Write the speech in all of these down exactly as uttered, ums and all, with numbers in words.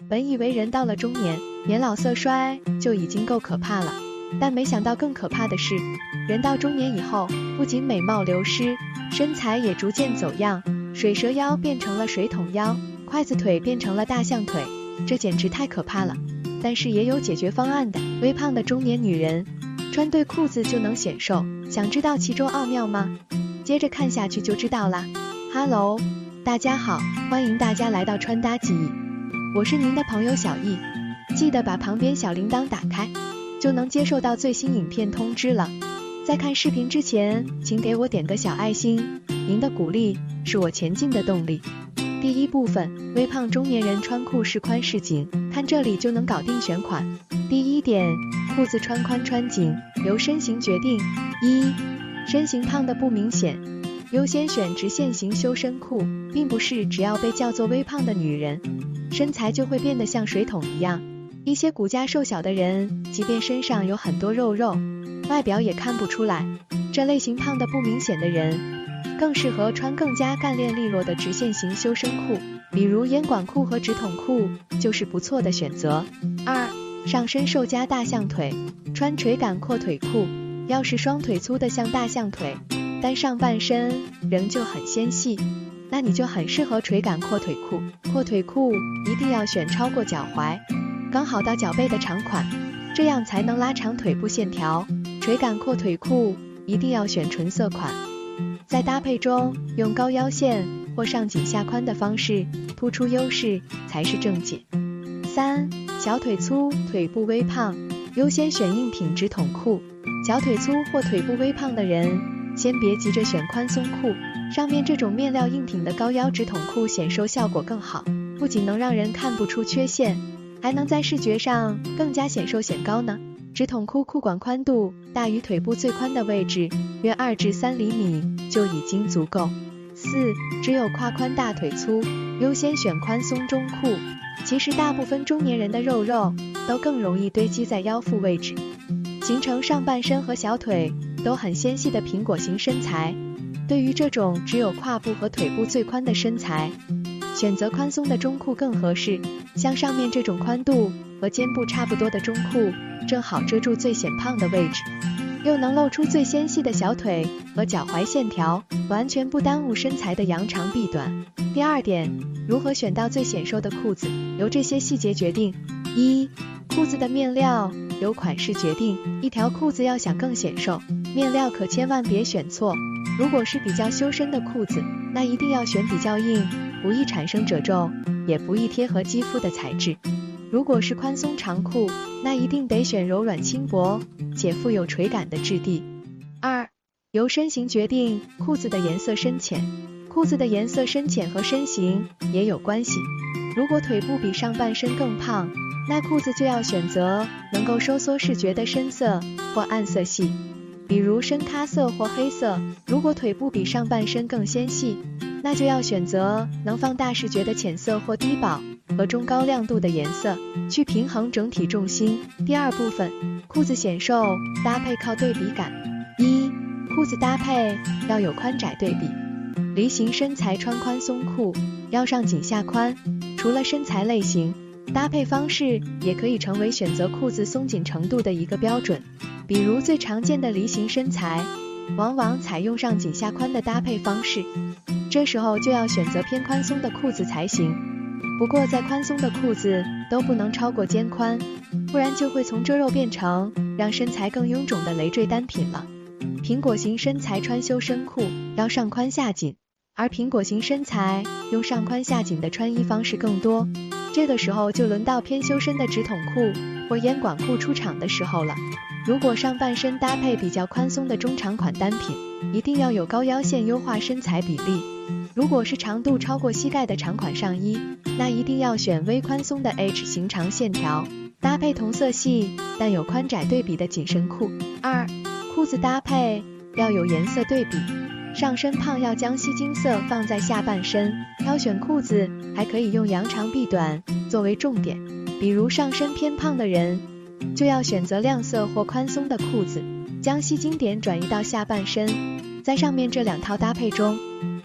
本以为人到了中年，年老色衰就已经够可怕了，但没想到更可怕的是，人到中年以后，不仅美貌流失，身材也逐渐走样，水蛇腰变成了水桶腰，筷子腿变成了大象腿，这简直太可怕了。但是也有解决方案的，微胖的中年女人穿对裤子就能显瘦，想知道其中奥妙吗？接着看下去就知道啦。Hello， 大家好，欢迎大家来到穿搭记忆，我是您的朋友小易，记得把旁边小铃铛打开，就能接受到最新影片通知了。在看视频之前，请给我点个小爱心，您的鼓励是我前进的动力。第一部分，微胖中年人穿裤是宽是紧，看这里就能搞定选款。第一点，裤子穿宽穿紧由身形决定。一，身形胖的不明显，优先选直线型修身裤，并不是只要被叫做微胖的女人，身材就会变得像水桶一样。一些骨架瘦小的人，即便身上有很多肉肉，外表也看不出来。这类型胖的不明显的人，更适合穿更加干练利落的直线型修身裤，比如烟管裤和直筒裤就是不错的选择。二，上身瘦加大象腿，穿垂感阔腿裤，要是双腿粗的像大象腿，但上半身仍旧很纤细，那你就很适合垂感阔腿裤。阔腿裤一定要选超过脚踝，刚好到脚背的长款，这样才能拉长腿部线条。垂感阔腿裤一定要选纯色款，在搭配中用高腰线或上紧下宽的方式突出优势才是正解。三，小腿粗腿部微胖，优先选硬挺直筒裤。小腿粗或腿部微胖的人，先别急着选宽松裤，上面这种面料硬挺的高腰直筒裤显瘦效果更好，不仅能让人看不出缺陷，还能在视觉上更加显瘦显高呢。直筒裤裤管宽度大于腿部最宽的位置约二至三厘米就已经足够。四，只有胯宽大腿粗，优先选宽松中裤。其实大部分中年人的肉肉都更容易堆积在腰腹位置，形成上半身和小腿都很纤细的苹果型身材。对于这种只有胯部和腿部最宽的身材，选择宽松的中裤更合适。像上面这种宽度和肩部差不多的中裤，正好遮住最显胖的位置，又能露出最纤细的小腿和脚踝线条，完全不耽误身材的扬长避短。第二点，如何选到最显瘦的裤子，由这些细节决定。一，裤子的面料由款式决定。一条裤子要想更显瘦，面料可千万别选错。如果是比较修身的裤子，那一定要选比较硬，不易产生褶皱，也不易贴合肌肤的材质。如果是宽松长裤，那一定得选柔软轻薄且富有垂感的质地。二，由身形决定裤子的颜色深浅。裤子的颜色深浅和身形也有关系。如果腿部比上半身更胖，那裤子就要选择能够收缩视觉的深色或暗色系，比如深咖色或黑色。如果腿部比上半身更纤细，那就要选择能放大视觉的浅色或低饱和中高亮度的颜色，去平衡整体重心。第二部分，裤子显瘦搭配靠对比感。一，裤子搭配要有宽窄对比。梨形身材穿宽松裤，要上紧下宽。除了身材类型，搭配方式也可以成为选择裤子松紧程度的一个标准。比如最常见的梨形身材，往往采用上紧下宽的搭配方式，这时候就要选择偏宽松的裤子才行。不过再宽松的裤子都不能超过肩宽，不然就会从遮肉变成让身材更臃肿的累赘单品了。苹果型身材穿修身裤要上宽下紧，而苹果型身材用上宽下紧的穿衣方式更多，这个时候就轮到偏修身的直筒裤或烟管裤出场的时候了。如果上半身搭配比较宽松的中长款单品，一定要有高腰线优化身材比例。如果是长度超过膝盖的长款上衣，那一定要选微宽松的 H 型长线条，搭配同色系但有宽窄对比的紧身裤。二，裤子搭配要有颜色对比。上身胖要将吸睛色放在下半身，挑选裤子还可以用扬长避短作为重点。比如上身偏胖的人，就要选择亮色或宽松的裤子，将吸睛点转移到下半身。在上面这两套搭配中，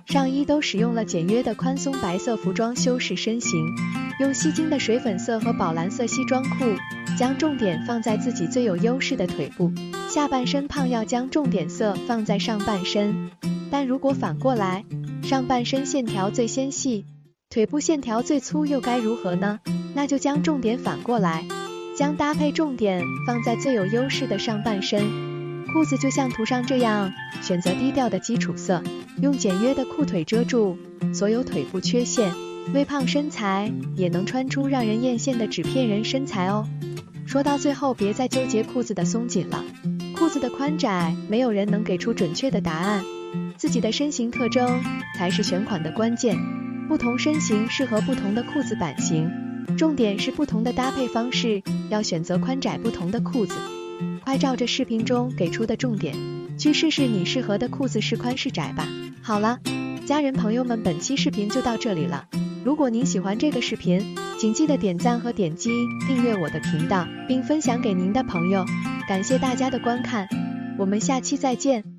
上衣都使用了简约的宽松白色服装修饰身形，用吸睛的水粉色和宝蓝色西装裤，将重点放在自己最有优势的腿部。下半身胖要将重点色放在上半身，但如果反过来，上半身线条最纤细，腿部线条最粗又该如何呢？那就将重点反过来，将搭配重点放在最有优势的上半身。裤子就像图上这样，选择低调的基础色，用简约的裤腿遮住所有腿部缺陷，微胖身材也能穿出让人艳羡的纸片人身材哦。说到最后，别再纠结裤子的松紧了，裤子的宽窄没有人能给出准确的答案，自己的身形特征才是选款的关键。不同身形适合不同的裤子版型，重点是不同的搭配方式，要选择宽窄不同的裤子。快照着视频中给出的重点，去试试你适合的裤子是宽是窄吧。好了，家人朋友们，本期视频就到这里了。如果您喜欢这个视频，请记得点赞和点击订阅我的频道，并分享给您的朋友。感谢大家的观看，我们下期再见。